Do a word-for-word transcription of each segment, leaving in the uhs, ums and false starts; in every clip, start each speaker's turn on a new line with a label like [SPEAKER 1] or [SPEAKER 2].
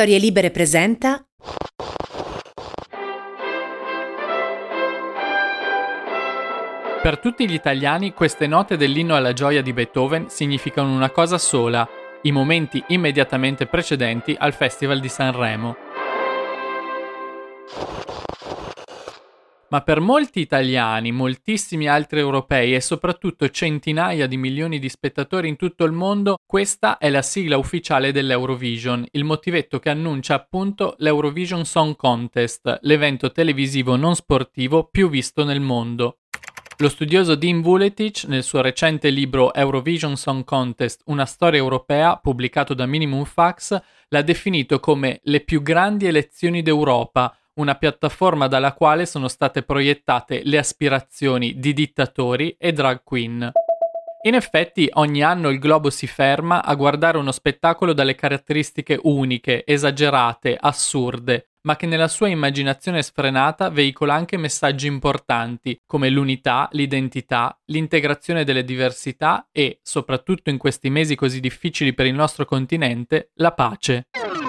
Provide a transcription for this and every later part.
[SPEAKER 1] Storie Libere presenta
[SPEAKER 2] Per tutti gli italiani queste note dell'inno alla gioia di Beethoven significano una cosa sola: i momenti immediatamente precedenti al Festival di Sanremo. Ma per molti italiani, moltissimi altri europei e soprattutto centinaia di milioni di spettatori in tutto il mondo, questa è la sigla ufficiale dell'Eurovision, il motivetto che annuncia appunto l'Eurovision Song Contest, l'evento televisivo non sportivo più visto nel mondo. Lo studioso Dean Vuletic, nel suo recente libro Eurovision Song Contest, una storia europea, pubblicato da Minimum Fax, l'ha definito come le più grandi elezioni d'Europa, una piattaforma dalla quale sono state proiettate le aspirazioni di dittatori e drag queen. In effetti, ogni anno il globo si ferma a guardare uno spettacolo dalle caratteristiche uniche, esagerate, assurde, ma che nella sua immaginazione sfrenata veicola anche messaggi importanti, come l'unità, l'identità, l'integrazione delle diversità e, soprattutto in questi mesi così difficili per il nostro continente, la pace.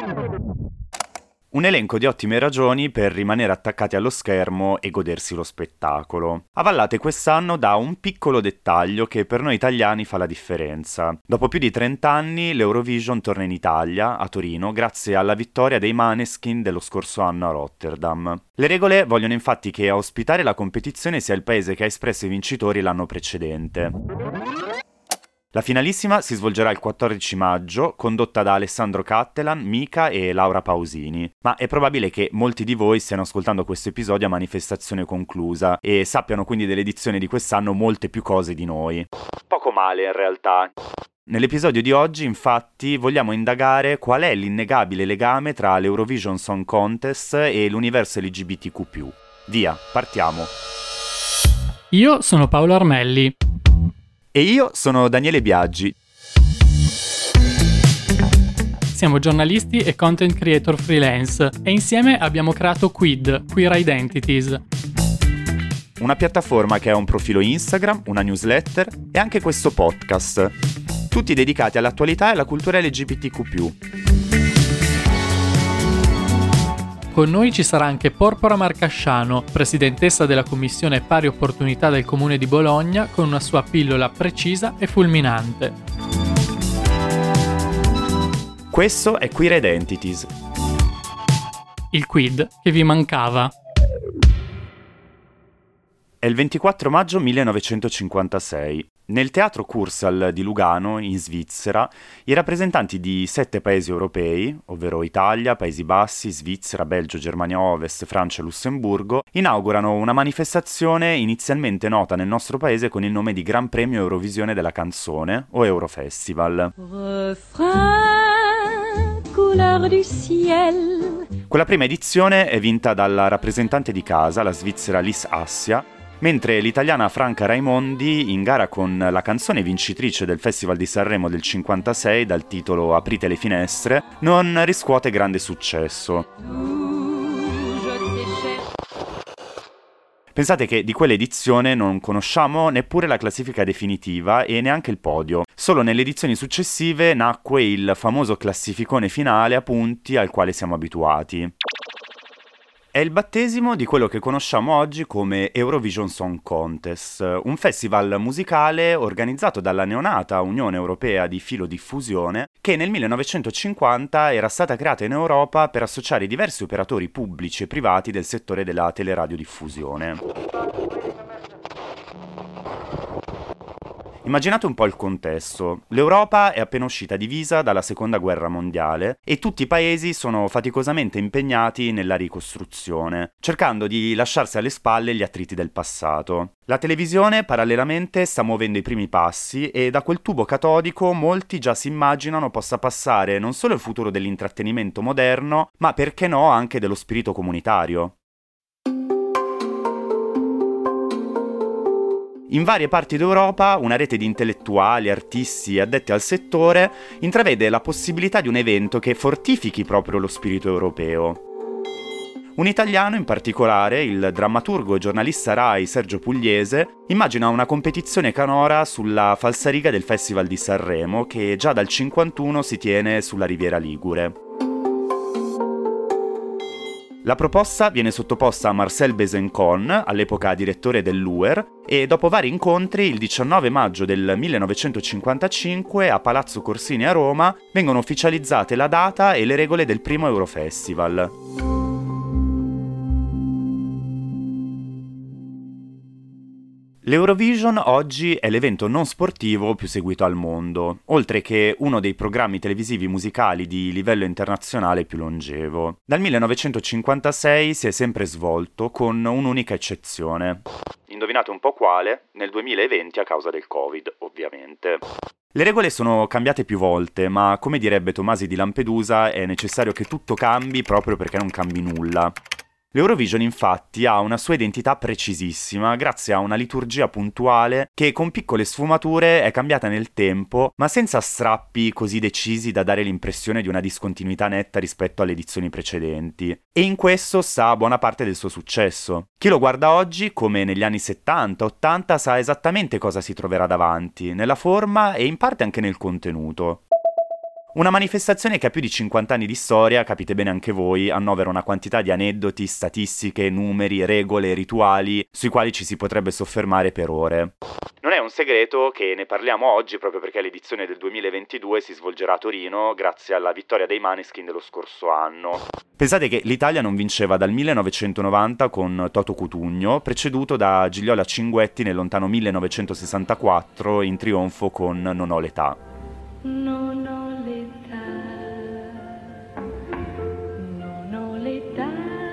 [SPEAKER 3] Un elenco di ottime ragioni per rimanere attaccati allo schermo e godersi lo spettacolo, avallate quest'anno da un piccolo dettaglio che per noi italiani fa la differenza. Dopo più di trenta anni l'Eurovision torna in Italia, a Torino, grazie alla vittoria dei Måneskin dello scorso anno a Rotterdam. Le regole vogliono infatti che a ospitare la competizione sia il paese che ha espresso i vincitori l'anno precedente. La finalissima si svolgerà il quattordici maggio, condotta da Alessandro Cattelan, Mika e Laura Pausini, ma è probabile che molti di voi stiano ascoltando questo episodio a manifestazione conclusa e sappiano quindi dell'edizione di quest'anno molte più cose di noi. Poco male in realtà. Nell'episodio di oggi, infatti, vogliamo indagare qual è l'innegabile legame tra l'Eurovision Song Contest e l'universo L G B T Q più. Via, partiamo.
[SPEAKER 2] Io sono Paolo Armelli.
[SPEAKER 3] E io sono Daniele Biaggi.
[SPEAKER 2] Siamo giornalisti e content creator freelance e insieme abbiamo creato Quid, Queer Identities.
[SPEAKER 3] Una piattaforma che ha un profilo Instagram, una newsletter e anche questo podcast, tutti dedicati all'attualità e alla cultura L G B T Q più.
[SPEAKER 2] Con noi ci sarà anche Porpora Marcasciano, presidentessa della Commissione Pari Opportunità del Comune di Bologna, con una sua pillola precisa e fulminante.
[SPEAKER 3] Questo è Queer Identities.
[SPEAKER 2] Il quid che vi mancava.
[SPEAKER 3] È il ventiquattro maggio millenovecentocinquantasei. Nel teatro Kursaal di Lugano, in Svizzera, i rappresentanti di sette paesi europei, ovvero Italia, Paesi Bassi, Svizzera, Belgio, Germania Ovest, Francia e Lussemburgo, inaugurano una manifestazione inizialmente nota nel nostro paese con il nome di Gran Premio Eurovisione della Canzone, o Eurofestival. Couleur du ciel. Quella prima edizione è vinta dalla rappresentante di casa, la svizzera Lis Assia, mentre l'italiana Franca Raimondi, in gara con la canzone vincitrice del Festival di Sanremo del cinquantasei dal titolo Aprite le finestre, non riscuote grande successo. Pensate che di quell'edizione non conosciamo neppure la classifica definitiva e neanche il podio. Solo nelle edizioni successive nacque il famoso classificone finale a punti al quale siamo abituati. È il battesimo di quello che conosciamo oggi come Eurovision Song Contest, un festival musicale organizzato dalla neonata Unione Europea di Filodiffusione che nel millenovecentocinquanta era stata creata in Europa per associare diversi operatori pubblici e privati del settore della teleradiodiffusione. Immaginate un po' il contesto. L'Europa è appena uscita divisa dalla Seconda Guerra Mondiale e tutti i paesi sono faticosamente impegnati nella ricostruzione, cercando di lasciarsi alle spalle gli attriti del passato. La televisione, parallelamente, sta muovendo i primi passi e da quel tubo catodico molti già si immaginano possa passare non solo il futuro dell'intrattenimento moderno, ma perché no anche dello spirito comunitario. In varie parti d'Europa una rete di intellettuali, artisti e addetti al settore intravede la possibilità di un evento che fortifichi proprio lo spirito europeo. Un italiano in particolare, il drammaturgo e giornalista Rai Sergio Pugliese, immagina una competizione canora sulla falsariga del Festival di Sanremo che già dal cinquantuno si tiene sulla Riviera Ligure. La proposta viene sottoposta a Marcel Besançon, all'epoca direttore dell'U E R, e dopo vari incontri, il diciannove maggio del millenovecentocinquantacinque, a Palazzo Corsini a Roma, vengono ufficializzate la data e le regole del primo Eurofestival. L'Eurovision oggi è l'evento non sportivo più seguito al mondo, oltre che uno dei programmi televisivi musicali di livello internazionale più longevo. Dal millenovecentocinquantasei si è sempre svolto, con un'unica eccezione. Indovinate un po' quale? Nel duemilaventi a causa del Covid, ovviamente. Le regole sono cambiate più volte, ma come direbbe Tomasi di Lampedusa, è necessario che tutto cambi proprio perché non cambi nulla. L'Eurovision infatti ha una sua identità precisissima grazie a una liturgia puntuale che con piccole sfumature è cambiata nel tempo, ma senza strappi così decisi da dare l'impressione di una discontinuità netta rispetto alle edizioni precedenti. E in questo sta buona parte del suo successo. Chi lo guarda oggi, come negli anni settanta ottanta, sa esattamente cosa si troverà davanti, nella forma e in parte anche nel contenuto. Una manifestazione che ha più di cinquanta anni di storia, capite bene anche voi, annovera una quantità di aneddoti, statistiche, numeri, regole, rituali, sui quali ci si potrebbe soffermare per ore. Non è un segreto che ne parliamo oggi proprio perché l'edizione del duemilaventidue si svolgerà a Torino grazie alla vittoria dei Maneskin dello scorso anno. Pensate che l'Italia non vinceva dal millenovecentonovanta con Toto Cutugno, preceduto da Gigliola Cinguetti nel lontano millenovecentosessantaquattro in trionfo con Non ho l'età.
[SPEAKER 1] Non ho l'età, non ho l'età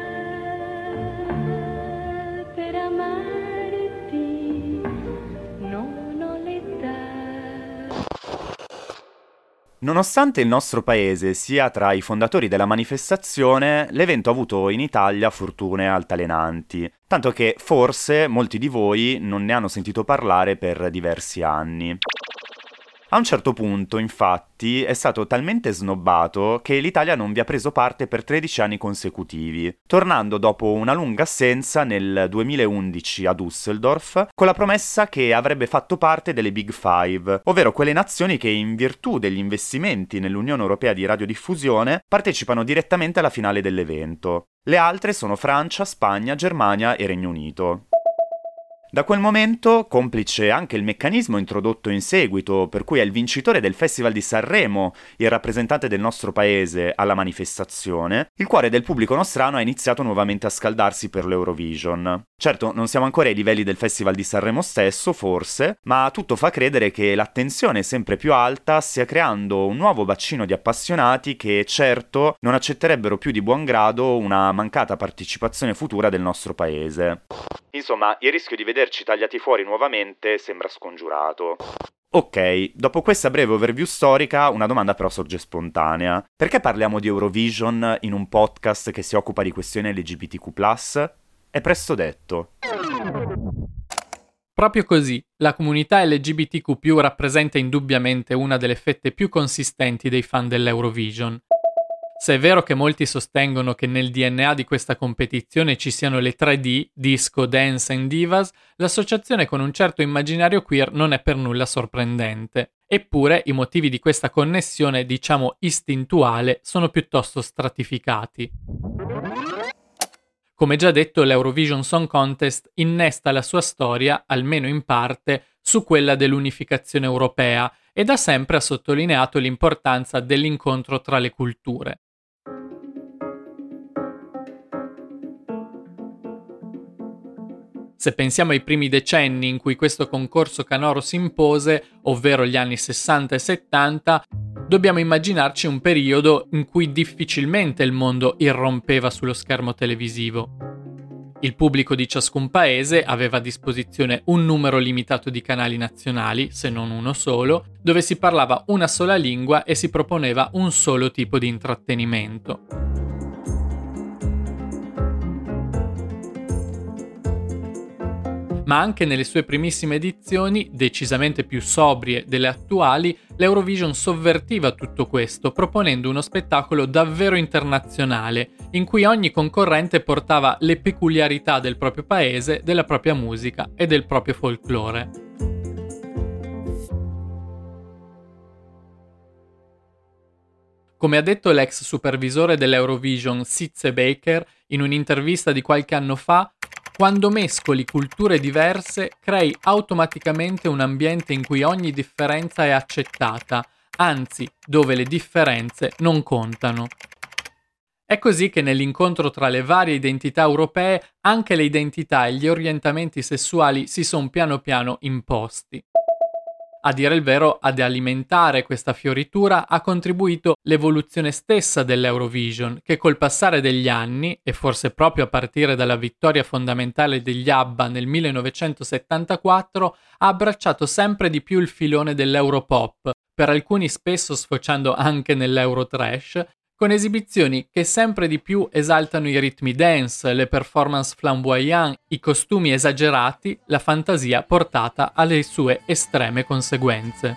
[SPEAKER 1] per amarti, non ho l'età.
[SPEAKER 3] Nonostante il nostro paese sia tra i fondatori della manifestazione, l'evento ha avuto in Italia fortune altalenanti, tanto che forse molti di voi non ne hanno sentito parlare per diversi anni. A un certo punto, infatti, è stato talmente snobbato che l'Italia non vi ha preso parte per tredici anni consecutivi, tornando dopo una lunga assenza nel duemilaundici a Düsseldorf con la promessa che avrebbe fatto parte delle Big Five, ovvero quelle nazioni che in virtù degli investimenti nell'Unione Europea di radiodiffusione partecipano direttamente alla finale dell'evento. Le altre sono Francia, Spagna, Germania e Regno Unito. Da quel momento, complice anche il meccanismo introdotto in seguito, per cui è il vincitore del Festival di Sanremo, il rappresentante del nostro paese alla manifestazione, il cuore del pubblico nostrano ha iniziato nuovamente a scaldarsi per l'Eurovision. Certo, non siamo ancora ai livelli del Festival di Sanremo stesso, forse, ma tutto fa credere che l'attenzione sempre più alta stia creando un nuovo bacino di appassionati che, certo, non accetterebbero più di buon grado una mancata partecipazione futura del nostro paese. Insomma, il rischio di vederci tagliati fuori nuovamente sembra scongiurato. Ok, dopo questa breve overview storica, una domanda però sorge spontanea. Perché parliamo di Eurovision in un podcast che si occupa di questioni L G B T Q plus? È presto detto.
[SPEAKER 2] Proprio così, la comunità L G B T Q più rappresenta indubbiamente una delle fette più consistenti dei fan dell'Eurovision. Se è vero che molti sostengono che nel D N A di questa competizione ci siano le tre D, Disco, Dance and Divas, l'associazione con un certo immaginario queer non è per nulla sorprendente. Eppure i motivi di questa connessione, diciamo istintuale, sono piuttosto stratificati. Come già detto, l'Eurovision Song Contest innesta la sua storia, almeno in parte, su quella dell'unificazione europea e da sempre ha sottolineato l'importanza dell'incontro tra le culture. Se pensiamo ai primi decenni in cui questo concorso canoro si impose, ovvero gli anni sessanta e settanta, dobbiamo immaginarci un periodo in cui difficilmente il mondo irrompeva sullo schermo televisivo. Il pubblico di ciascun paese aveva a disposizione un numero limitato di canali nazionali, se non uno solo, dove si parlava una sola lingua e si proponeva un solo tipo di intrattenimento. Ma anche nelle sue primissime edizioni, decisamente più sobrie delle attuali, l'Eurovision sovvertiva tutto questo, proponendo uno spettacolo davvero internazionale, in cui ogni concorrente portava le peculiarità del proprio paese, della propria musica e del proprio folklore. Come ha detto l'ex supervisore dell'Eurovision Sitze Baker in un'intervista di qualche anno fa, quando mescoli culture diverse crei automaticamente un ambiente in cui ogni differenza è accettata, anzi dove le differenze non contano. È così che nell'incontro tra le varie identità europee anche le identità e gli orientamenti sessuali si sono piano piano imposti. A dire il vero, ad alimentare questa fioritura ha contribuito l'evoluzione stessa dell'Eurovision, che col passare degli anni, e forse proprio a partire dalla vittoria fondamentale degli ABBA nel millenovecentosettantaquattro, ha abbracciato sempre di più il filone dell'Europop, per alcuni spesso sfociando anche nell'Eurotrash, con esibizioni che sempre di più esaltano i ritmi dance, le performance flamboyant, i costumi esagerati, la fantasia portata alle sue estreme conseguenze.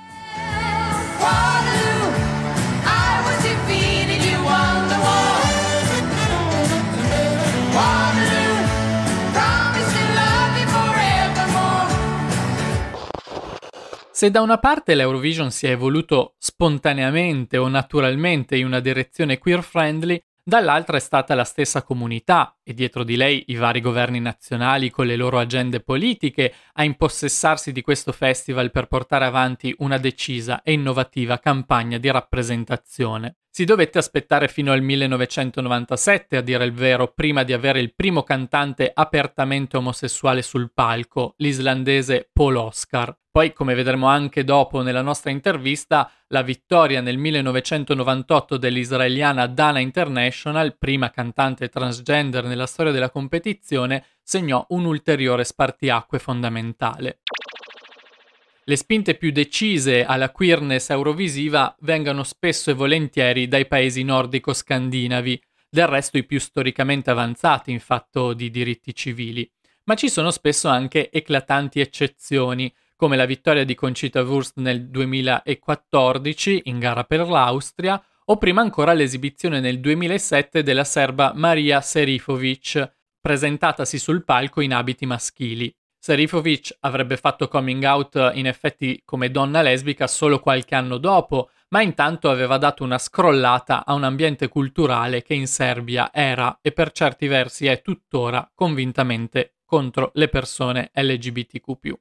[SPEAKER 2] Se da una parte l'Eurovision si è evoluto spontaneamente o naturalmente in una direzione queer-friendly, dall'altra è stata la stessa comunità, e dietro di lei i vari governi nazionali con le loro agende politiche, a impossessarsi di questo festival per portare avanti una decisa e innovativa campagna di rappresentazione. Si dovette aspettare fino al millenovecentonovantasette, a dire il vero, prima di avere il primo cantante apertamente omosessuale sul palco, l'islandese Paul Oscar. Poi, come vedremo anche dopo nella nostra intervista, la vittoria nel millenovecentonovantotto dell'israeliana Dana International, prima cantante transgender nella storia della competizione, segnò un ulteriore spartiacque fondamentale. Le spinte più decise alla queerness eurovisiva vengono spesso e volentieri dai paesi nordico-scandinavi, del resto i più storicamente avanzati in fatto di diritti civili. Ma ci sono spesso anche eclatanti eccezioni, come la vittoria di Conchita Wurst nel duemilaquattordici in gara per l'Austria, o prima ancora l'esibizione nel duemilasette della serba Marija Serifovic, presentatasi sul palco in abiti maschili. Serifovic avrebbe fatto coming out in effetti come donna lesbica solo qualche anno dopo, ma intanto aveva dato una scrollata a un ambiente culturale che in Serbia era e per certi versi è tuttora convintamente contro le persone L G B T Q più.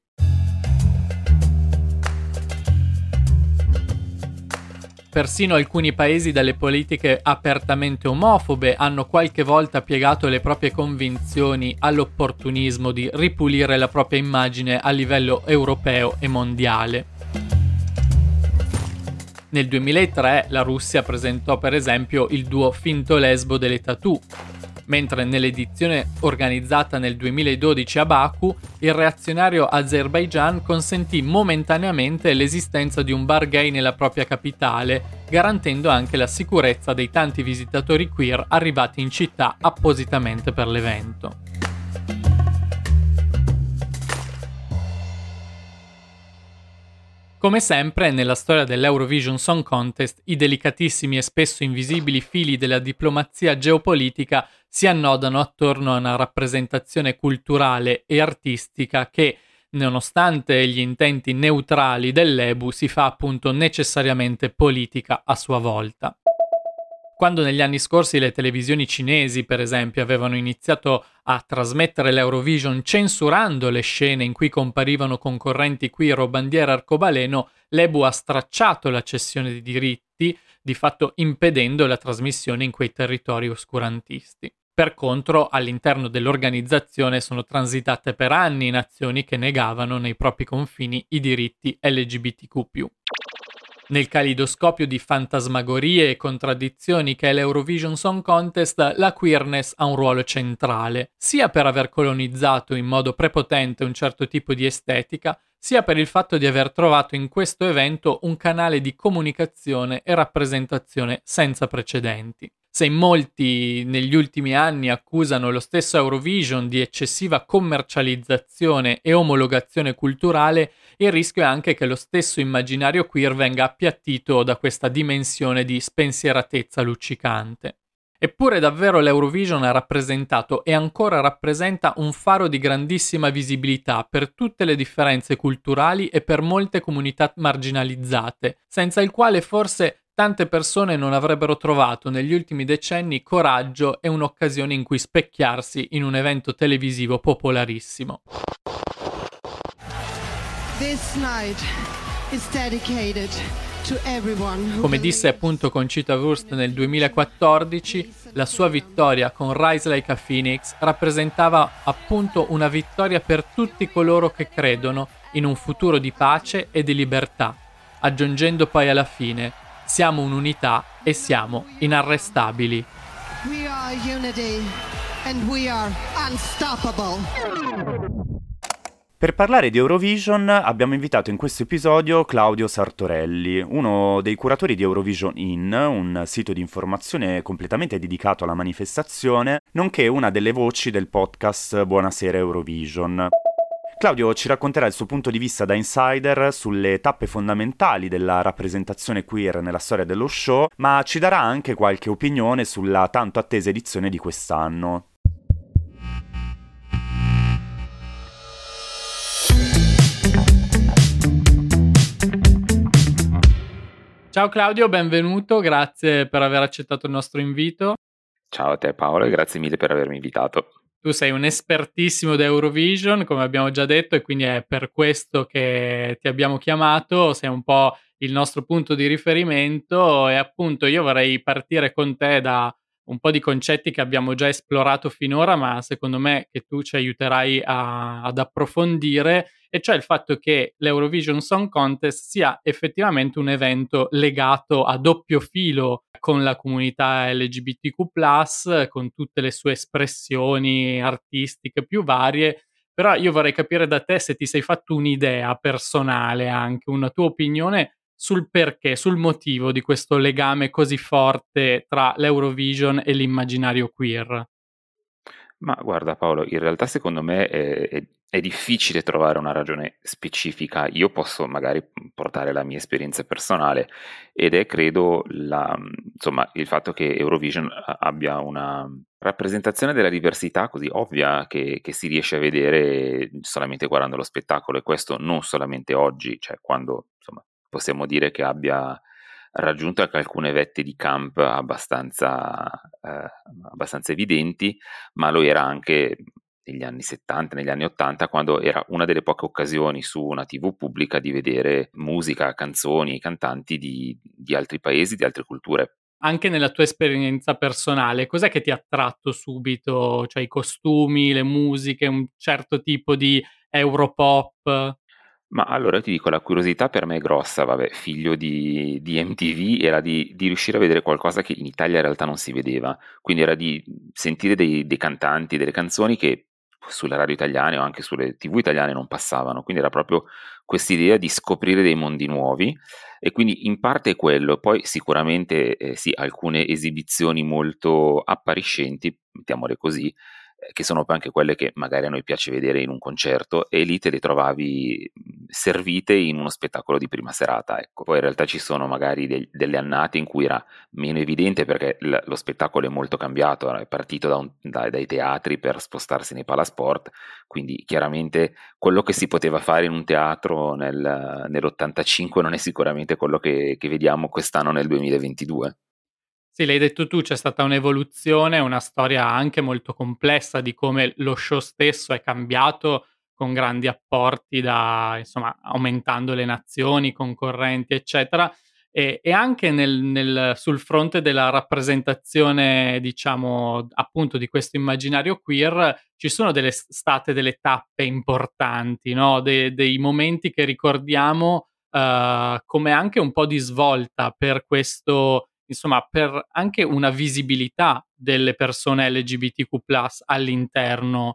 [SPEAKER 2] Persino alcuni paesi dalle politiche apertamente omofobe hanno qualche volta piegato le proprie convinzioni all'opportunismo di ripulire la propria immagine a livello europeo e mondiale. Nel duemilatré la Russia presentò per esempio il duo finto lesbo delle Tattoo, mentre nell'edizione organizzata nel duemiladodici a Baku, il reazionario Azerbaigian consentì momentaneamente l'esistenza di un bar gay nella propria capitale, garantendo anche la sicurezza dei tanti visitatori queer arrivati in città appositamente per l'evento. Come sempre, nella storia dell'Eurovision Song Contest, i delicatissimi e spesso invisibili fili della diplomazia geopolitica si annodano attorno a una rappresentazione culturale e artistica che, nonostante gli intenti neutrali dell'E B U, si fa appunto necessariamente politica a sua volta. Quando negli anni scorsi le televisioni cinesi, per esempio, avevano iniziato a trasmettere l'Eurovision censurando le scene in cui comparivano concorrenti queer o bandiera arcobaleno, l'E B U ha stracciato la cessione di diritti, di fatto impedendo la trasmissione in quei territori oscurantisti. Per contro, all'interno dell'organizzazione sono transitate per anni nazioni che negavano nei propri confini i diritti L G B T Q più. Nel calidoscopio di fantasmagorie e contraddizioni che è l'Eurovision Song Contest, la queerness ha un ruolo centrale, sia per aver colonizzato in modo prepotente un certo tipo di estetica, sia per il fatto di aver trovato in questo evento un canale di comunicazione e rappresentazione senza precedenti. Se in molti negli ultimi anni accusano lo stesso Eurovision di eccessiva commercializzazione e omologazione culturale, il rischio è anche che lo stesso immaginario queer venga appiattito da questa dimensione di spensieratezza luccicante. Eppure davvero l'Eurovision ha rappresentato e ancora rappresenta un faro di grandissima visibilità per tutte le differenze culturali e per molte comunità marginalizzate, senza il quale forse tante persone non avrebbero trovato negli ultimi decenni coraggio e un'occasione in cui specchiarsi in un evento televisivo popolarissimo.
[SPEAKER 4] This night is dedicated to everyone who
[SPEAKER 2] Come disse appunto Conchita Wurst nel duemilaquattordici, la sua vittoria con Rise Like a Phoenix rappresentava appunto una vittoria per tutti coloro che credono in un futuro di pace e di libertà, aggiungendo poi alla fine: siamo un'unità e siamo inarrestabili.
[SPEAKER 4] We are unity and we are unstoppable.
[SPEAKER 3] Per parlare di Eurovision abbiamo invitato in questo episodio Claudio Sartorelli, uno dei curatori di Eurovision In, un sito di informazione completamente dedicato alla manifestazione, nonché una delle voci del podcast Buonasera Eurovision. Claudio ci racconterà il suo punto di vista da insider sulle tappe fondamentali della rappresentazione queer nella storia dello show, ma ci darà anche qualche opinione sulla tanto attesa edizione di quest'anno.
[SPEAKER 2] Ciao Claudio, benvenuto, grazie per aver accettato il nostro invito.
[SPEAKER 5] Ciao a te Paolo e grazie mille per avermi invitato.
[SPEAKER 2] Tu sei un espertissimo di Eurovision, come abbiamo già detto, e quindi è per questo che ti abbiamo chiamato, sei un po' il nostro punto di riferimento e appunto io vorrei partire con te da un po' di concetti che abbiamo già esplorato finora, ma secondo me che tu ci aiuterai a, ad approfondire, e cioè il fatto che l'Eurovision Song Contest sia effettivamente un evento legato a doppio filo con la comunità L G B T Q plus, con tutte le sue espressioni artistiche più varie, però io vorrei capire da te se ti sei fatto un'idea personale, anche una tua opinione sul perché, sul motivo di questo legame così forte tra l'Eurovision e l'immaginario queer.
[SPEAKER 5] Ma guarda Paolo, in realtà secondo me è, è- è difficile trovare una ragione specifica. Io posso magari portare la mia esperienza personale ed è credo la, insomma, il fatto che Eurovision a- abbia una rappresentazione della diversità così ovvia che, che si riesce a vedere solamente guardando lo spettacolo, e questo non solamente oggi, cioè quando insomma, possiamo dire che abbia raggiunto anche alcune vette di camp abbastanza, eh, abbastanza evidenti, ma lo era anche negli anni settanta, negli anni ottanta, quando era una delle poche occasioni su una tivù pubblica di vedere musica, canzoni, cantanti di, di altri paesi, di altre culture.
[SPEAKER 2] Anche nella tua esperienza personale, cos'è che ti ha attratto subito? Cioè i costumi, le musiche, un certo tipo di Europop?
[SPEAKER 5] Ma allora ti dico, la curiosità per me è grossa, vabbè, figlio di, di M T V, era di, di riuscire a vedere qualcosa che in Italia in realtà non si vedeva, quindi era di sentire dei, dei cantanti, delle canzoni che sulle radio italiane o anche sulle tivù italiane non passavano, quindi era proprio quest'idea di scoprire dei mondi nuovi, e quindi in parte è quello, poi sicuramente eh, sì, alcune esibizioni molto appariscenti, mettiamole così, eh, che sono poi anche quelle che magari a noi piace vedere in un concerto, e lì te le trovavi mh, servite in uno spettacolo di prima serata, ecco. Poi in realtà ci sono magari del- delle annate in cui era meno evidente perché l- lo spettacolo è molto cambiato, è partito da un- da- dai teatri per spostarsi nei palasport, quindi chiaramente quello che si poteva fare in un teatro nel- nell'ottantacinque non è sicuramente quello che, che vediamo quest'anno nel duemilaventidue.
[SPEAKER 2] Sì, l'hai detto tu, c'è stata un'evoluzione, una storia anche molto complessa di come lo show stesso è cambiato con grandi apporti da, insomma, aumentando le nazioni, concorrenti, eccetera. E, e anche nel, nel- sul fronte della rappresentazione, diciamo, appunto di questo immaginario queer, ci sono delle state delle tappe importanti, no? De- dei momenti che ricordiamo eh, come anche un po' di svolta per questo, insomma, per anche una visibilità delle persone L G B T Q plus all'interno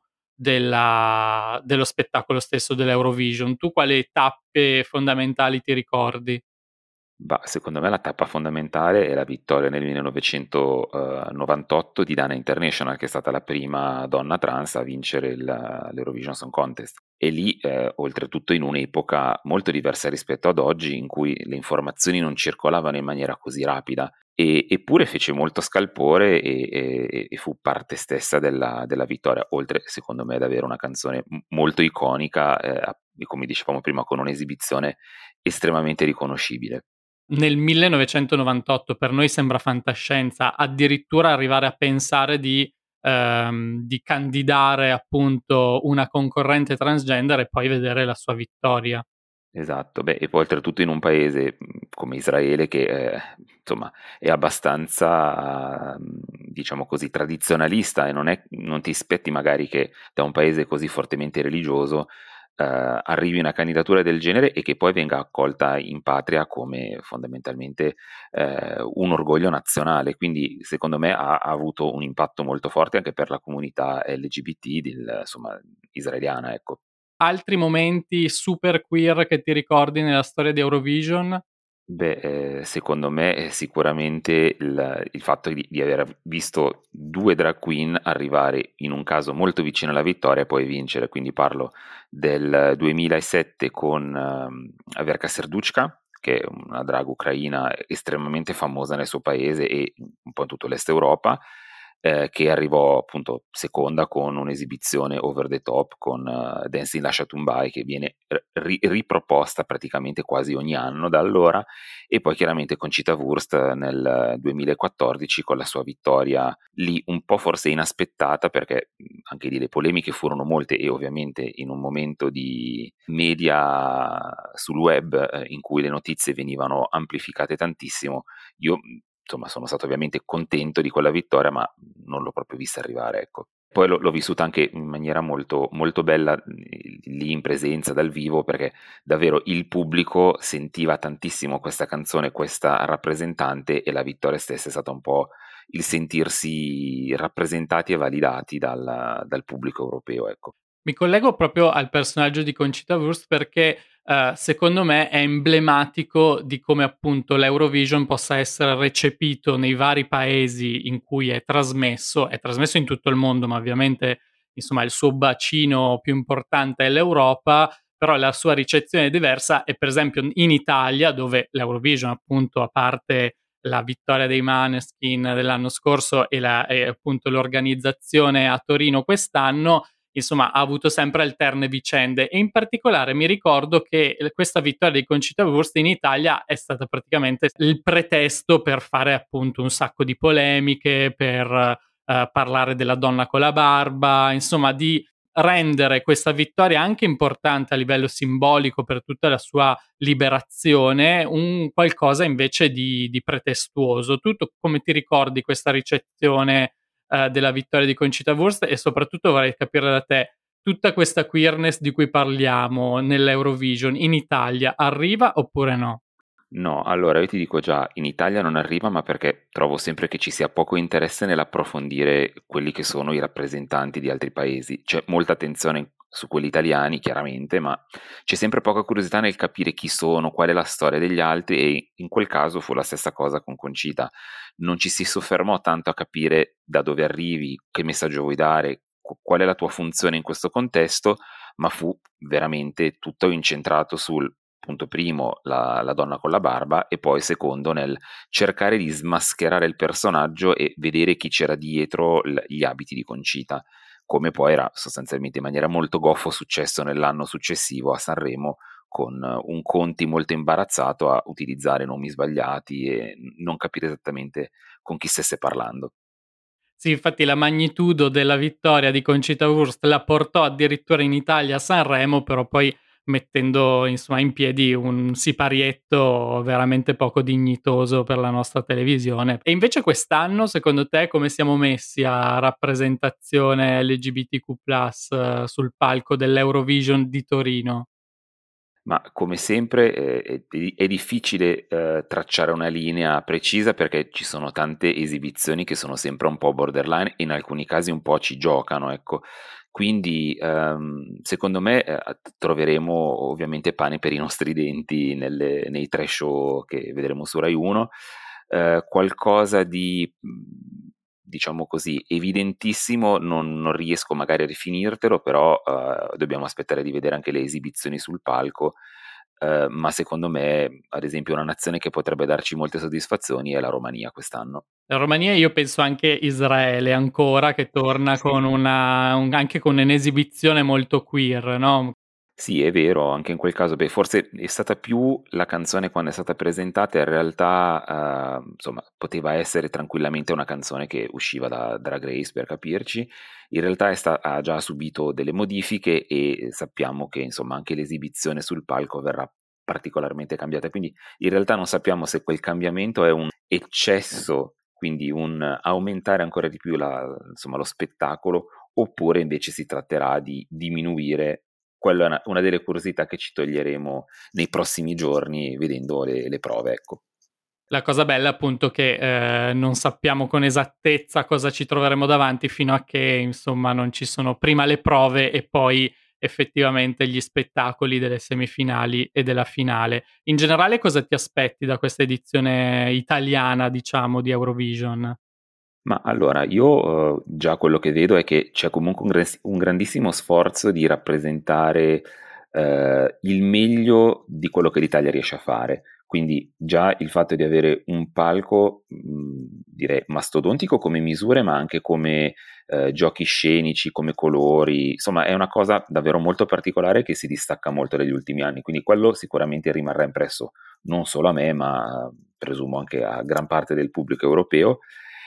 [SPEAKER 2] della- dello spettacolo stesso dell'Eurovision. Tu quali tappe fondamentali ti ricordi?
[SPEAKER 5] Bah, secondo me la tappa fondamentale è la vittoria nel millenovecentonovantotto di Dana International, che è stata la prima donna trans a vincere il- l'Eurovision Song Contest. E lì, eh, oltretutto in un'epoca molto diversa rispetto ad oggi, in cui le informazioni non circolavano in maniera così rapida, e- eppure fece molto scalpore e, e- e fu parte stessa della, della vittoria, oltre secondo me ad avere una canzone m- molto iconica, eh, come dicevamo prima, con un'esibizione estremamente riconoscibile.
[SPEAKER 2] nel millenovecentonovantotto, per noi sembra fantascienza, addirittura arrivare a pensare di, ehm, di candidare appunto una concorrente transgender e poi vedere la sua vittoria.
[SPEAKER 5] Esatto, beh, e poi oltretutto in un paese mh, come Israele che eh, insomma è abbastanza, mh, diciamo così, tradizionalista e non è, non ti aspetti magari che da un paese così fortemente religioso eh, arrivi una candidatura del genere e che poi venga accolta in patria come fondamentalmente eh, un orgoglio nazionale. Quindi secondo me ha, ha avuto un impatto molto forte anche per la comunità L G B T del, insomma, israeliana, ecco.
[SPEAKER 2] Altri momenti super queer che ti ricordi nella storia di Eurovision?
[SPEAKER 5] Beh, ehm, secondo me è sicuramente il il fatto di di aver visto due drag queen arrivare in un caso molto vicino alla vittoria e poi vincere. Quindi parlo del duemilasette con, ehm, Averka Serduchka, che è una drag ucraina estremamente famosa nel suo paese e un po' in tutto l'Est Europa, ehm, che arrivò appunto seconda con un'esibizione over the top con uh, Dancing Lascia Tumbai che viene r ri riproposta praticamente quasi ogni anno da allora, e poi chiaramente Conchita Wurst nel duemilaquattordici con la sua vittoria lì un po' forse inaspettata perché mh, anche lì le polemiche furono molte e ovviamente in un momento di media sul web eh, in cui le notizie venivano amplificate tantissimo, io mh, insomma sono stato ovviamente contento di quella vittoria ma non l'ho proprio vista arrivare, ecco. Poi l'ho, l'ho vissuta anche in maniera molto, molto bella mh, lì in presenza dal vivo perché davvero il pubblico sentiva tantissimo questa canzone, questa rappresentante e la vittoria stessa è stata un po' il sentirsi rappresentati e validati dal, dal pubblico europeo, ecco.
[SPEAKER 2] Mi collego proprio al personaggio di Conchita Wurst perché eh, secondo me è emblematico di come appunto l'Eurovision possa essere recepito nei vari paesi in cui è trasmesso, è trasmesso in tutto il mondo, ma ovviamente insomma il suo bacino più importante è l'Europa, però la sua ricezione è diversa e per esempio in Italia, dove l'Eurovision appunto a parte la vittoria dei Maneskin dell'anno scorso e, la, e appunto l'organizzazione a Torino quest'anno, insomma ha avuto sempre alterne vicende e in particolare mi ricordo che questa vittoria di Conchita Wurst in Italia è stata praticamente il pretesto per fare appunto un sacco di polemiche, per eh, parlare della donna con la barba, insomma di rendere questa vittoria anche importante a livello simbolico per tutta la sua liberazione un qualcosa invece di, di pretestuoso. Tu come ti ricordi questa ricezione eh, della vittoria di Conchita Wurst e soprattutto vorrei capire da te tutta questa queerness di cui parliamo nell'Eurovision in Italia arriva oppure no?
[SPEAKER 5] No, allora io ti dico già, in Italia non arriva, ma perché trovo sempre che ci sia poco interesse nell'approfondire quelli che sono i rappresentanti di altri paesi. C'è molta attenzione su quelli italiani, chiaramente, ma c'è sempre poca curiosità nel capire chi sono, qual è la storia degli altri, e in quel caso fu la stessa cosa con Concita. Non ci si soffermò tanto a capire da dove arrivi, che messaggio vuoi dare, qu- qual è la tua funzione in questo contesto, ma fu veramente tutto incentrato sul punto primo la, la donna con la barba e poi secondo nel cercare di smascherare il personaggio e vedere chi c'era dietro l- gli abiti di Concita, come poi era sostanzialmente in maniera molto goffo successo nell'anno successivo a Sanremo con un Conti molto imbarazzato a utilizzare nomi sbagliati e non capire esattamente con chi stesse parlando.
[SPEAKER 2] Sì, infatti la magnitudo della vittoria di Conchita Wurst la portò addirittura in Italia a Sanremo, però poi mettendo insomma in piedi un siparietto veramente poco dignitoso per la nostra televisione. E invece quest'anno, secondo te, come siamo messi a rappresentazione L G B T Q plus, eh, sul palco dell'Eurovision di Torino?
[SPEAKER 5] Ma come sempre eh, è, è- è difficile eh, tracciare una linea precisa perché ci sono tante esibizioni che sono sempre un po' borderline e in alcuni casi un po' ci giocano, ecco. Quindi ehm, secondo me eh, troveremo ovviamente pane per i nostri denti nelle- nei tre show che vedremo su Rai uno, eh, qualcosa di mh, diciamo così, evidentissimo, non, non riesco magari a definirtelo, però eh, dobbiamo aspettare di vedere anche le esibizioni sul palco. Eh, ma secondo me, ad esempio, una nazione che potrebbe darci molte soddisfazioni è la Romania quest'anno.
[SPEAKER 2] La Romania io penso anche Israele ancora che torna
[SPEAKER 5] Sì.
[SPEAKER 2] con una un anche con un'esibizione molto queer, no?
[SPEAKER 5] Sì, è vero, anche in quel caso, beh, forse è stata più la canzone quando è stata presentata, in realtà, eh, insomma, poteva essere tranquillamente una canzone che usciva da Drag Race, per capirci. In realtà è sta- ha già subito delle modifiche e sappiamo che, insomma, anche l'esibizione sul palco verrà particolarmente cambiata. Quindi in realtà non sappiamo se quel cambiamento è un eccesso, quindi un aumentare ancora di più la- insomma, lo spettacolo, oppure invece si tratterà di diminuire. Quella è una, una delle curiosità che ci toglieremo nei prossimi giorni vedendo le, le prove, ecco.
[SPEAKER 2] La cosa bella è appunto che eh, non sappiamo con esattezza cosa ci troveremo davanti fino a che insomma non ci sono prima le prove e poi effettivamente gli spettacoli delle semifinali e della finale. In generale cosa ti aspetti da questa edizione italiana, diciamo, di Eurovision?
[SPEAKER 5] Ma allora, io eh, già quello che vedo è che c'è comunque un, gran- un grandissimo sforzo di rappresentare eh, il meglio di quello che l'Italia riesce a fare. Quindi già il fatto di avere un palco, mh, direi mastodontico come misure, ma anche come eh, giochi scenici, come colori, insomma è una cosa davvero molto particolare che si distacca molto dagli ultimi anni. Quindi quello sicuramente rimarrà impresso non solo a me, ma presumo anche a gran parte del pubblico europeo.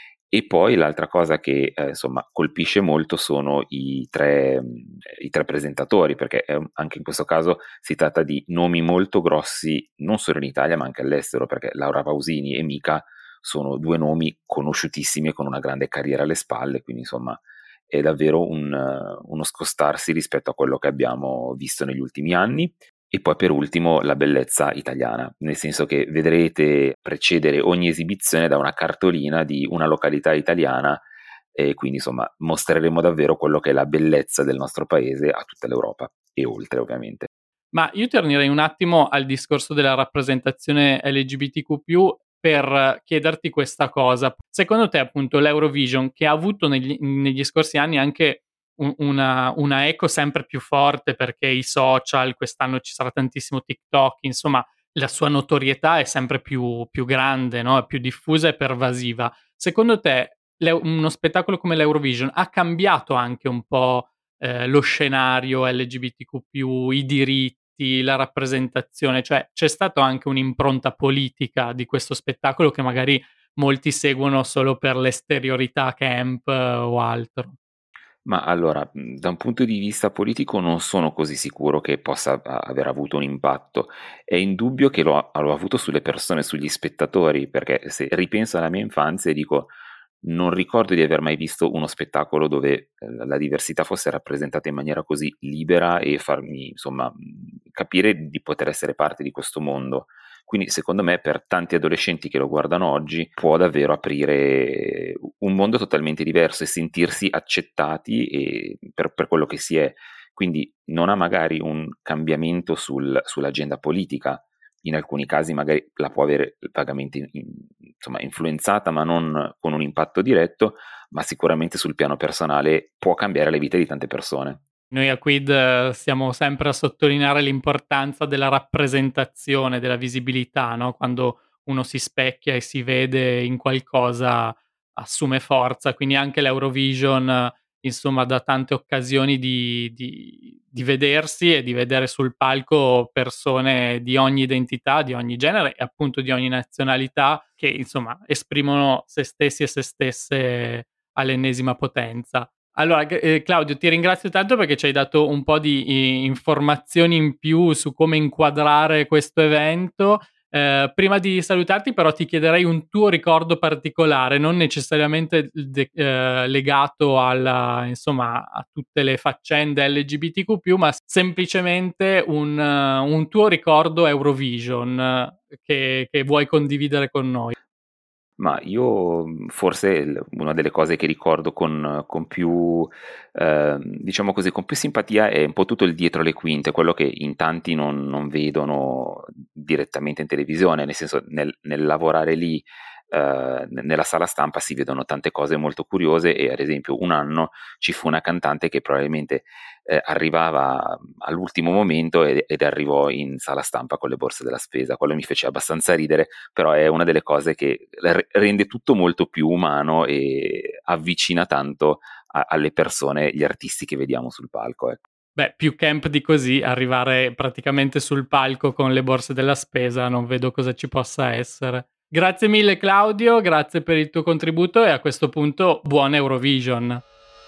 [SPEAKER 5] E poi l'altra cosa che eh, insomma colpisce molto sono i tre, mh, i tre presentatori, perché è un- anche in questo caso si tratta di nomi molto grossi, non solo in Italia ma anche all'estero, perché Laura Pausini e Mika sono due nomi conosciutissimi e con una grande carriera alle spalle, quindi insomma è davvero un, eh, uno scostarsi rispetto a quello che abbiamo visto negli ultimi anni. E poi per ultimo la bellezza italiana, nel senso che vedrete precedere ogni esibizione da una cartolina di una località italiana e quindi insomma mostreremo davvero quello che è la bellezza del nostro paese a tutta l'Europa e oltre ovviamente.
[SPEAKER 2] Ma io tornerei un attimo al discorso della rappresentazione L G B T Q più, per chiederti questa cosa. Secondo te, appunto, l'Eurovision, che ha avuto negli, negli scorsi anni anche un- una, una eco sempre più forte perché i social, quest'anno ci sarà tantissimo TikTok, insomma, la sua notorietà è sempre più, più grande, no? È più diffusa e pervasiva. Secondo te, l'e- uno spettacolo come l'Eurovision ha cambiato anche un po' eh, lo scenario L G B T Q più, i diritti, la rappresentazione, cioè c'è stata anche un'impronta politica di questo spettacolo che magari molti seguono solo per l'esteriorità camp eh, o altro.
[SPEAKER 5] Ma allora, mh, da un punto di vista politico non sono così sicuro che possa a- aver avuto un impatto. È indubbio che lo ha, lo ha avuto sulle persone, sugli spettatori, perché se ripenso alla mia infanzia e dico non ricordo di aver mai visto uno spettacolo dove eh, la diversità fosse rappresentata in maniera così libera e farmi, insomma, mh, capire di poter essere parte di questo mondo. Quindi secondo me per tanti adolescenti che lo guardano oggi può davvero aprire un mondo totalmente diverso e sentirsi accettati e per, per quello che si è. Quindi non ha magari un cambiamento sul- sull'agenda politica, in alcuni casi magari la può avere vagamente in- insomma, influenzata, ma non con un impatto diretto, ma sicuramente sul piano personale può cambiare le vite di tante persone.
[SPEAKER 2] Noi a Quid eh, stiamo sempre a sottolineare l'importanza della rappresentazione, della visibilità, no? Quando uno si specchia e si vede in qualcosa assume forza, quindi anche l'Eurovision, eh, insomma, dà tante occasioni di, di- di vedersi e di vedere sul palco persone di ogni identità, di ogni genere e appunto di ogni nazionalità che, insomma, esprimono se stessi e se stesse all'ennesima potenza. Allora, g- eh, Claudio, ti ringrazio tanto perché ci hai dato un po' di eh, informazioni in più su come inquadrare questo evento. Eh, prima di salutarti, però, ti chiederei un tuo ricordo particolare, non necessariamente de- eh, legato alla, insomma, a tutte le faccende L G B T Q più, ma semplicemente un, eh, un tuo ricordo Eurovision eh, che, che vuoi condividere con noi.
[SPEAKER 5] Ma io mhmm, forse il una delle cose che ricordo con con più, ehm, diciamo così, con più simpatia è un po' tutto il dietro le quinte, quello che in tanti non non vedono direttamente in televisione, nel senso nel nel lavorare lì, ehm, ne nella sala stampa si vedono tante cose molto curiose e ad esempio un anno ci fu una cantante che probabilmente, ehm, arrivava all'ultimo momento ed ed arrivò in sala stampa con le borse della spesa. Quello mi fece abbastanza ridere, però è una delle cose che re- rende tutto molto più umano e avvicina tanto a- alle persone, gli artisti che vediamo sul palco. Ecco.
[SPEAKER 2] Beh, più camp di così, arrivare praticamente sul palco con le borse della spesa, non vedo cosa ci possa essere. Grazie mille Claudio, grazie per il tuo contributo e a questo punto buon Eurovision.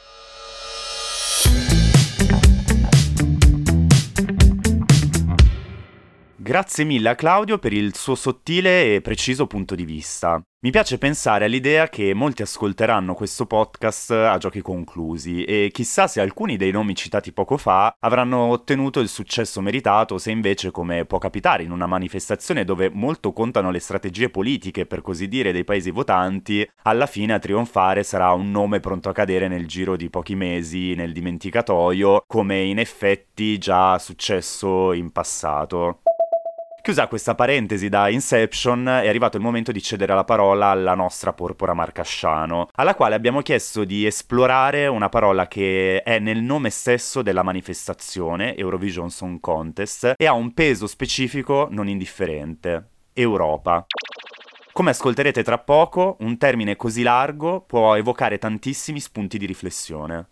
[SPEAKER 3] Grazie mille a Claudio per il suo sottile e preciso punto di vista. Mi piace pensare all'idea che molti ascolteranno questo podcast a giochi conclusi e chissà se alcuni dei nomi citati poco fa avranno ottenuto il successo meritato, se invece, come può capitare in una manifestazione dove molto contano le strategie politiche, per così dire, dei paesi votanti, alla fine a trionfare sarà un nome pronto a cadere nel giro di pochi mesi nel dimenticatoio, come in effetti già successo in passato. Chiusa questa parentesi da Inception, è arrivato il momento di cedere la parola alla nostra Porpora Marcasciano, alla quale abbiamo chiesto di esplorare una parola che è nel nome stesso della manifestazione, Eurovision Song Contest, e ha un peso specifico non indifferente: Europa. Come ascolterete tra poco, un termine così largo può evocare tantissimi spunti di riflessione.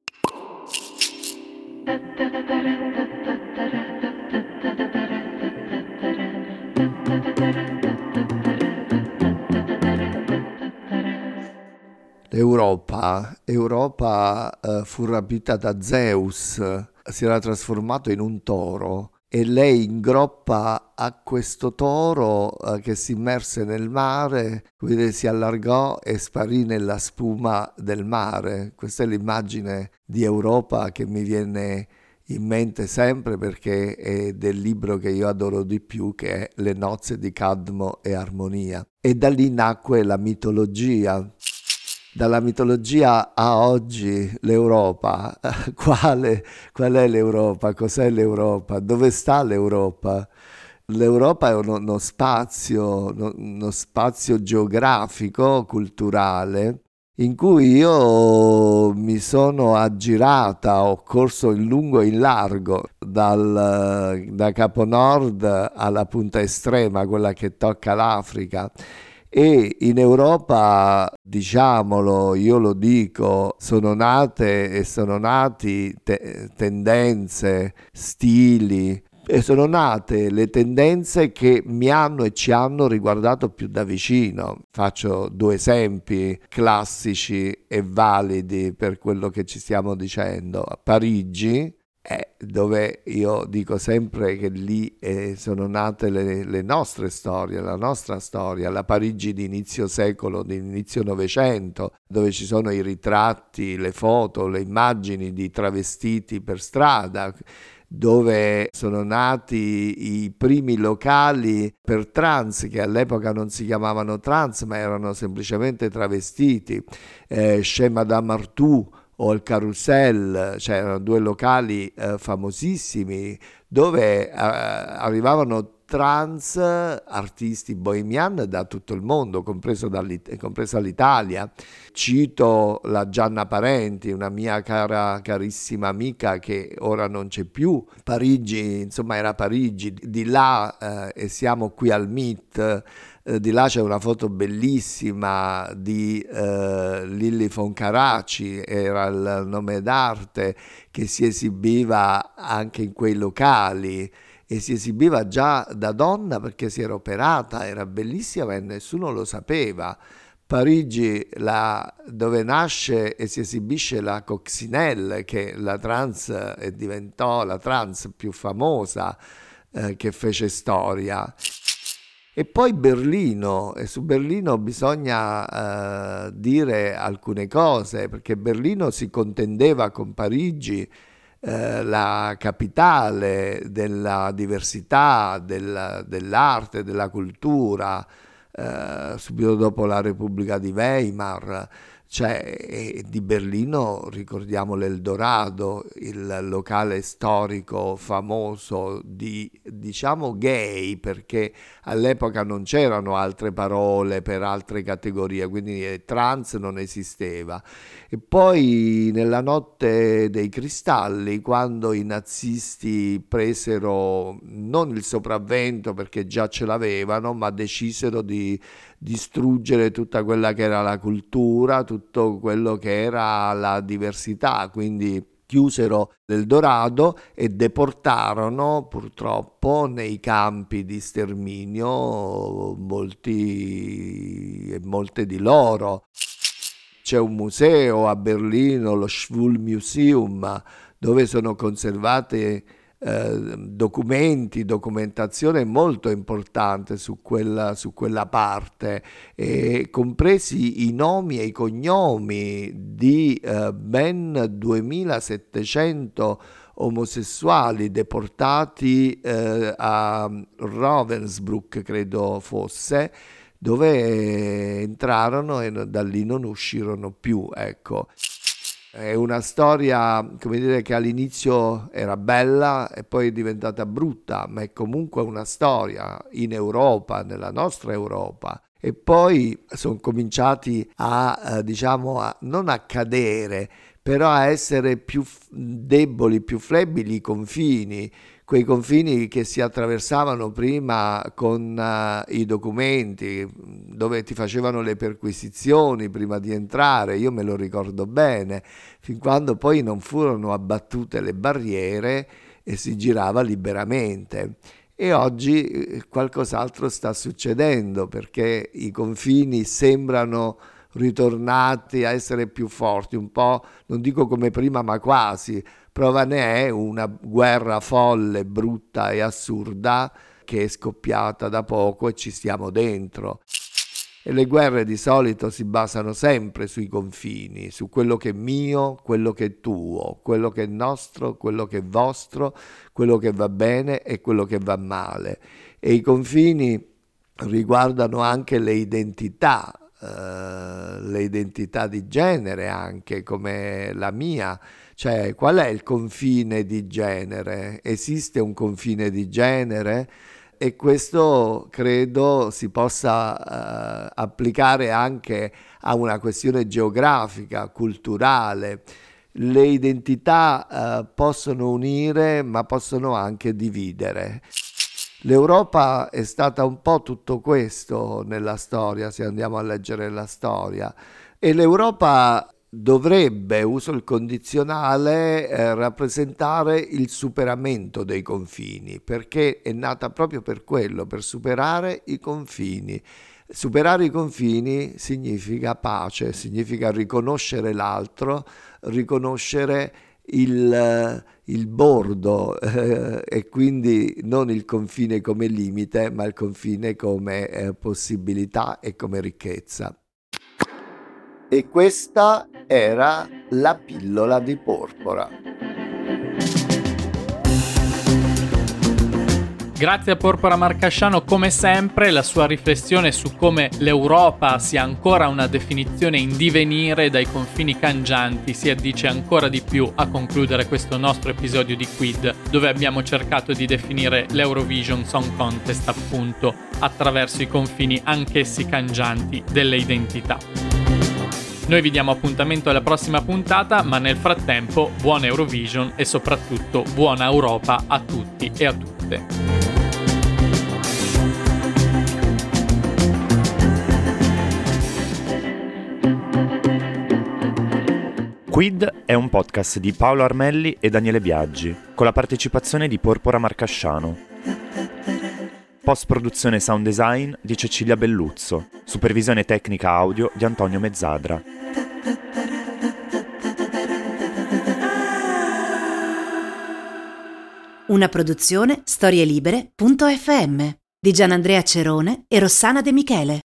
[SPEAKER 6] Europa, Europa eh, fu rapita da Zeus, si era trasformato in un toro e lei in groppa a questo toro eh, che si immerse nel mare, quindi si allargò e sparì nella spuma del mare. Questa è l'immagine di Europa che mi viene in mente sempre, perché è del libro che io adoro di più, che è Le nozze di Cadmo e Armonia. E da lì nacque la mitologia. Dalla mitologia a oggi l'Europa, quale, qual è l'Europa? Cos'è l'Europa? Dove sta l'Europa? L'Europa è uno, uno spazio, uno, uno spazio geografico, culturale, in cui io mi sono aggirata, ho corso in lungo e in largo, dal, da Capo Nord alla punta estrema, quella che tocca l'Africa. E in Europa, diciamolo, io lo dico, sono nate e sono nati te- tendenze, stili, e sono nate le tendenze che mi hanno e ci hanno riguardato più da vicino. Faccio due esempi classici e validi per quello che ci stiamo dicendo. A Parigi, Eh, dove io dico sempre che lì eh, sono nate le, le nostre storie, la nostra storia, la Parigi di inizio secolo, di inizio Novecento, dove ci sono i ritratti, le foto, le immagini di travestiti per strada, dove sono nati i primi locali per trans, che all'epoca non si chiamavano trans ma erano semplicemente travestiti, eh, Chez Madame Artout o il Carousel, cioè erano due locali eh, famosissimi dove eh, arrivavano trans artisti bohemian da tutto il mondo, compreso compresa l'Italia. Cito la Gianna Parenti, una mia cara carissima amica che ora non c'è più. Parigi, insomma, era Parigi, di là eh, e siamo qui al M I T. Eh, di là c'è una foto bellissima di eh, Lilli Foncaraci, era il nome d'arte, che si esibiva anche in quei locali e si esibiva già da donna perché si era operata, era bellissima e nessuno lo sapeva. Parigi, la, dove nasce e si esibisce la Coccinelle, che la trans e diventò la trans più famosa eh, che fece storia. E poi Berlino, e su Berlino bisogna eh, dire alcune cose, perché Berlino si contendeva con Parigi, eh, la capitale della diversità, della, dell'arte, della cultura, eh, subito dopo la Repubblica di Weimar. Cioè, di Berlino ricordiamo l'Eldorado, il locale storico famoso di, diciamo, gay, perché all'epoca non c'erano altre parole per altre categorie, quindi trans non esisteva. E poi nella notte dei cristalli, quando i nazisti presero non il sopravvento perché già ce l'avevano, ma decisero di distruggere tutta quella che era la cultura, tutto quello che era la diversità, quindi chiusero l'Eldorado e deportarono purtroppo nei campi di sterminio molti e molte di loro. C'è un museo a Berlino, lo Schwulmuseum, dove sono conservate eh, documenti, documentazione molto importante su quella, su quella parte, e compresi i nomi e i cognomi di eh, ben duemilasettecento omosessuali deportati eh, a Ravensbrück, credo fosse, dove entrarono e da lì non uscirono più, ecco. È una storia, come dire, che all'inizio era bella e poi è diventata brutta, ma è comunque una storia in Europa, nella nostra Europa. E poi sono cominciati a, eh, diciamo, a, non a cadere, però a essere più f- deboli, più flebili i confini, quei confini che si attraversavano prima con uh, i documenti, dove ti facevano le perquisizioni prima di entrare, io me lo ricordo bene, fin quando poi non furono abbattute le barriere e si girava liberamente. E oggi qualcos'altro sta succedendo, perché i confini sembrano ritornati a essere più forti, un po', non dico come prima, ma quasi. Prova ne è una guerra folle, brutta e assurda che è scoppiata da poco e ci stiamo dentro. E le guerre di solito si basano sempre sui confini, su quello che è mio, quello che è tuo, quello che è nostro, quello che è vostro, quello che va bene e quello che va male. E i confini riguardano anche le identità, eh, le identità di genere anche, come la mia. Cioè, qual è il confine di genere? Esiste un confine di genere? E questo credo si possa uh, applicare anche a una questione geografica, culturale. Le identità uh, possono unire, ma possono anche dividere. L'Europa è stata un po' tutto questo nella storia, se andiamo a leggere la storia. E l'Europa dovrebbe, uso il condizionale, eh, rappresentare il superamento dei confini, perché è nata proprio per quello, per superare i confini. Superare i confini significa pace, significa riconoscere l'altro, riconoscere il, il bordo eh, e quindi non il confine come limite, ma il confine come eh, possibilità e come ricchezza. E questa era la pillola di porpora.
[SPEAKER 2] Grazie a Porpora Marcasciano, come sempre, la sua riflessione su come l'Europa sia ancora una definizione in divenire dai confini cangianti si addice ancora di più a concludere questo nostro episodio di Quid, dove abbiamo cercato di definire l'Eurovision Song Contest appunto attraverso i confini anch'essi cangianti delle identità. Noi vi diamo appuntamento alla prossima puntata, ma nel frattempo buona Eurovision e soprattutto buona Europa a tutti e a tutte.
[SPEAKER 3] Quid è un podcast di Paolo Armelli e Daniele Biaggi, con la partecipazione di Porpora Marcasciano. Post-produzione sound design di Cecilia Belluzzo, supervisione tecnica audio di Antonio Mezzadra.
[SPEAKER 7] Una produzione storielibere punto effe emme di Gianandrea Cerone e Rossana De Michele.